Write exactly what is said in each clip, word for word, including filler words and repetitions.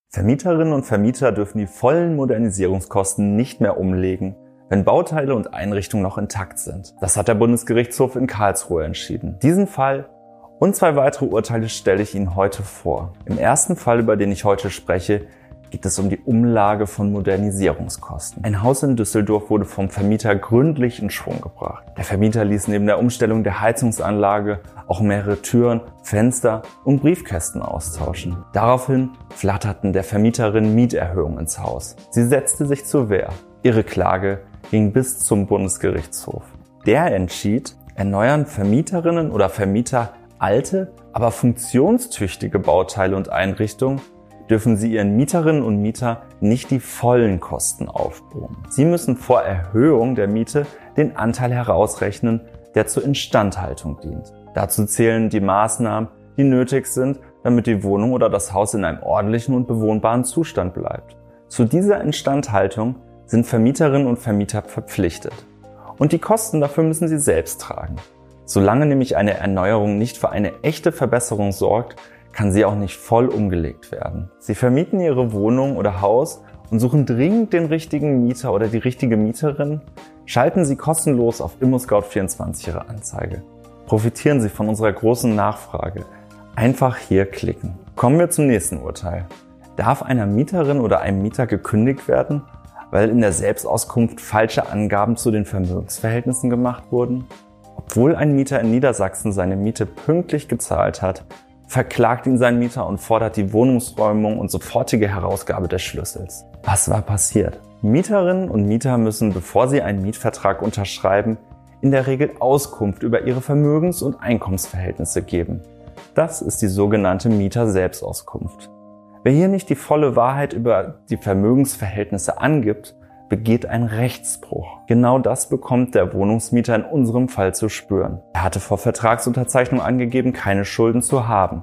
Vermieterinnen und Vermieter dürfen die vollen Modernisierungskosten nicht mehr umlegen, wenn Bauteile und Einrichtungen noch intakt sind. Das hat der Bundesgerichtshof in Karlsruhe entschieden. Diesen Fall und zwei weitere Urteile stelle ich Ihnen heute vor. Im ersten Fall, über den ich heute spreche, geht es um die Umlage von Modernisierungskosten. Ein Haus in Düsseldorf wurde vom Vermieter gründlich in Schwung gebracht. Der Vermieter ließ neben der Umstellung der Heizungsanlage auch mehrere Türen, Fenster und Briefkästen austauschen. Daraufhin flatterten der Vermieterin Mieterhöhungen ins Haus. Sie setzte sich zur Wehr. Ihre Klage ging bis zum Bundesgerichtshof. Der entschied, erneuern Vermieterinnen oder Vermieter alte, aber funktionstüchtige Bauteile und Einrichtungen, dürfen sie ihren Mieterinnen und Mieter nicht die vollen Kosten aufbrummen. Sie müssen vor Erhöhung der Miete den Anteil herausrechnen, der zur Instandhaltung dient. Dazu zählen die Maßnahmen, die nötig sind, damit die Wohnung oder das Haus in einem ordentlichen und bewohnbaren Zustand bleibt. Zu dieser Instandhaltung sind Vermieterinnen und Vermieter verpflichtet. Und die Kosten dafür müssen sie selbst tragen. Solange nämlich eine Erneuerung nicht für eine echte Verbesserung sorgt, kann sie auch nicht voll umgelegt werden. Sie vermieten ihre Wohnung oder Haus und suchen dringend den richtigen Mieter oder die richtige Mieterin, schalten Sie kostenlos auf ImmoScout vierundzwanzig Ihre Anzeige. Profitieren Sie von unserer großen Nachfrage. Einfach hier klicken. Kommen wir zum nächsten Urteil. Darf einer Mieterin oder einem Mieter gekündigt werden, weil in der Selbstauskunft falsche Angaben zu den Vermögensverhältnissen gemacht wurden? Obwohl ein Mieter in Niedersachsen seine Miete pünktlich gezahlt hat, verklagt ihn sein Mieter und fordert die Wohnungsräumung und sofortige Herausgabe des Schlüssels. Was war passiert? Mieterinnen und Mieter müssen, bevor sie einen Mietvertrag unterschreiben, in der Regel Auskunft über ihre Vermögens- und Einkommensverhältnisse geben. Das ist die sogenannte Mieter-Selbstauskunft. Wer hier nicht die volle Wahrheit über die Vermögensverhältnisse angibt, begeht einen Rechtsbruch. Genau das bekommt der Wohnungsmieter in unserem Fall zu spüren. Er hatte vor Vertragsunterzeichnung angegeben, keine Schulden zu haben.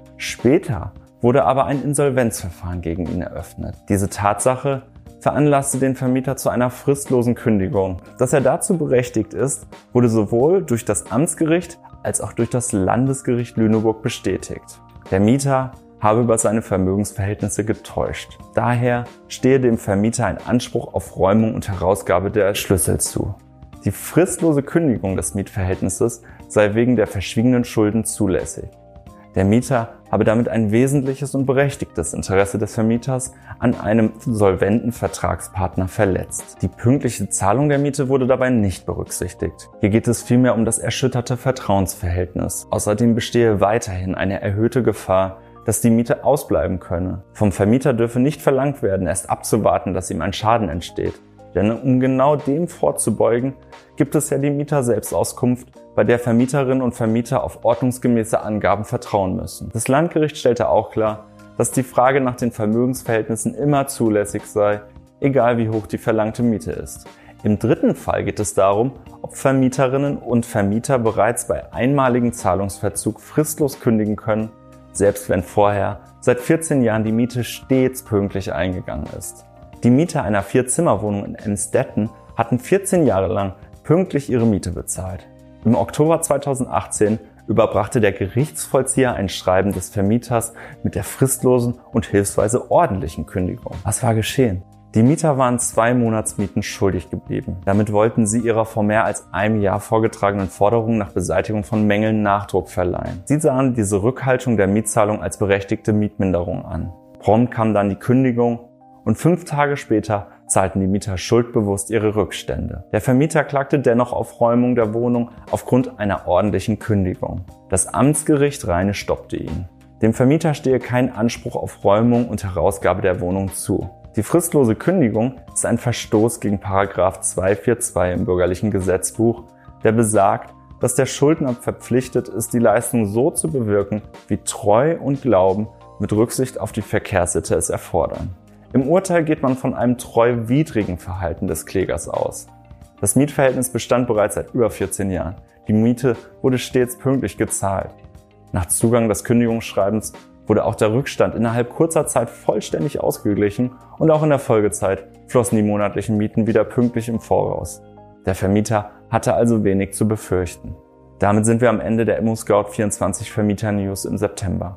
Später wurde aber ein Insolvenzverfahren gegen ihn eröffnet. Diese Tatsache veranlasste den Vermieter zu einer fristlosen Kündigung. Dass er dazu berechtigt ist, wurde sowohl durch das Amtsgericht als auch durch das Landesgericht Lüneburg bestätigt. Der Mieter habe über seine Vermögensverhältnisse getäuscht. Daher stehe dem Vermieter ein Anspruch auf Räumung und Herausgabe der Schlüssel zu. Die fristlose Kündigung des Mietverhältnisses sei wegen der verschwiegenen Schulden zulässig. Der Mieter habe damit ein wesentliches und berechtigtes Interesse des Vermieters an einem solventen Vertragspartner verletzt. Die pünktliche Zahlung der Miete wurde dabei nicht berücksichtigt. Hier geht es vielmehr um das erschütterte Vertrauensverhältnis. Außerdem bestehe weiterhin eine erhöhte Gefahr, dass die Miete ausbleiben könne. Vom Vermieter dürfe nicht verlangt werden, erst abzuwarten, dass ihm ein Schaden entsteht. Denn um genau dem vorzubeugen, gibt es ja die Mieter-Selbstauskunft, bei der Vermieterinnen und Vermieter auf ordnungsgemäße Angaben vertrauen müssen. Das Landgericht stellte auch klar, dass die Frage nach den Vermögensverhältnissen immer zulässig sei, egal wie hoch die verlangte Miete ist. Im dritten Fall geht es darum, ob Vermieterinnen und Vermieter bereits bei einmaligem Zahlungsverzug fristlos kündigen können, selbst wenn vorher seit vierzehn Jahren die Miete stets pünktlich eingegangen ist. Die Mieter einer Vier-Zimmer-Wohnung in Emstetten hatten vierzehn Jahre lang pünktlich ihre Miete bezahlt. Im Oktober zweitausendachtzehn überbrachte der Gerichtsvollzieher ein Schreiben des Vermieters mit der fristlosen und hilfsweise ordentlichen Kündigung. Was war geschehen? Die Mieter waren zwei Monatsmieten schuldig geblieben. Damit wollten sie ihrer vor mehr als einem Jahr vorgetragenen Forderung nach Beseitigung von Mängeln Nachdruck verleihen. Sie sahen diese Rückhaltung der Mietzahlung als berechtigte Mietminderung an. Prompt kam dann die Kündigung und fünf Tage später zahlten die Mieter schuldbewusst ihre Rückstände. Der Vermieter klagte dennoch auf Räumung der Wohnung aufgrund einer ordentlichen Kündigung. Das Amtsgericht Rheine stoppte ihn. Dem Vermieter stehe kein Anspruch auf Räumung und Herausgabe der Wohnung zu. Die fristlose Kündigung ist ein Verstoß gegen Paragraph zweihundertzweiundvierzig im Bürgerlichen Gesetzbuch, der besagt, dass der Schuldner verpflichtet ist, die Leistung so zu bewirken, wie Treu und Glauben mit Rücksicht auf die Verkehrssitte es erfordern. Im Urteil geht man von einem treuwidrigen Verhalten des Klägers aus. Das Mietverhältnis bestand bereits seit über vierzehn Jahren. Die Miete wurde stets pünktlich gezahlt. Nach Zugang des Kündigungsschreibens wurde auch der Rückstand innerhalb kurzer Zeit vollständig ausgeglichen und auch in der Folgezeit flossen die monatlichen Mieten wieder pünktlich im Voraus. Der Vermieter hatte also wenig zu befürchten. Damit sind wir am Ende der ImmoScout vierundzwanzig Vermieter News im September.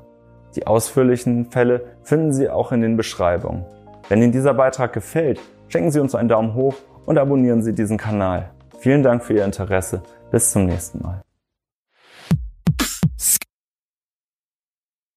Die ausführlichen Fälle finden Sie auch in den Beschreibungen. Wenn Ihnen dieser Beitrag gefällt, schenken Sie uns einen Daumen hoch und abonnieren Sie diesen Kanal. Vielen Dank für Ihr Interesse. Bis zum nächsten Mal.